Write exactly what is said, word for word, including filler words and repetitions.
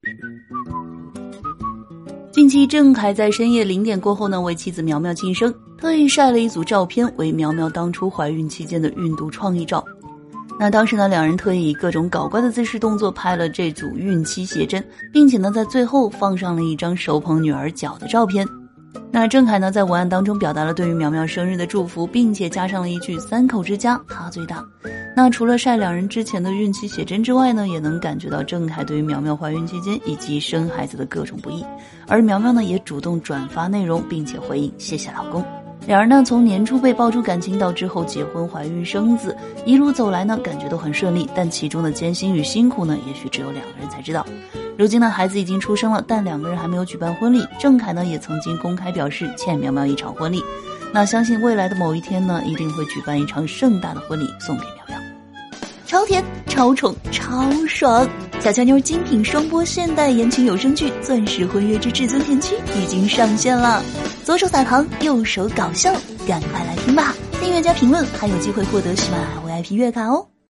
近期郑恺在深夜零点过后呢，为妻子苗苗庆生，特意晒了一组照片，为苗苗当初怀孕期间的孕肚创意照。那当时呢，两人特意以各种搞怪的姿势动作拍了这组孕期写真，并且呢，在最后放上了一张手捧女儿脚的照片。那郑恺呢，在文案当中表达了对于苗苗生日的祝福，并且加上了一句三口之家他最大。那除了晒两人之前的孕期写真之外呢，也能感觉到郑恺对于苗苗怀孕期间以及生孩子的各种不易，而苗苗呢也主动转发内容，并且回应谢谢老公。两人呢从年初被爆出感情到之后结婚怀孕生子，一路走来呢感觉都很顺利，但其中的艰辛与辛苦呢也许只有两个人才知道。如今呢孩子已经出生了，但两个人还没有举办婚礼，郑恺呢也曾经公开表示欠苗苗一场婚礼，那相信未来的某一天呢一定会举办一场盛大的婚礼送给苗苗。超甜超宠超爽，小乔妞精品双播现代言情有声剧《钻石婚约之至尊甜妻》已经上线了，左手撒糖右手搞笑，赶快来听吧！订阅加评论还有机会获得喜马拉雅 V I P 月卡哦。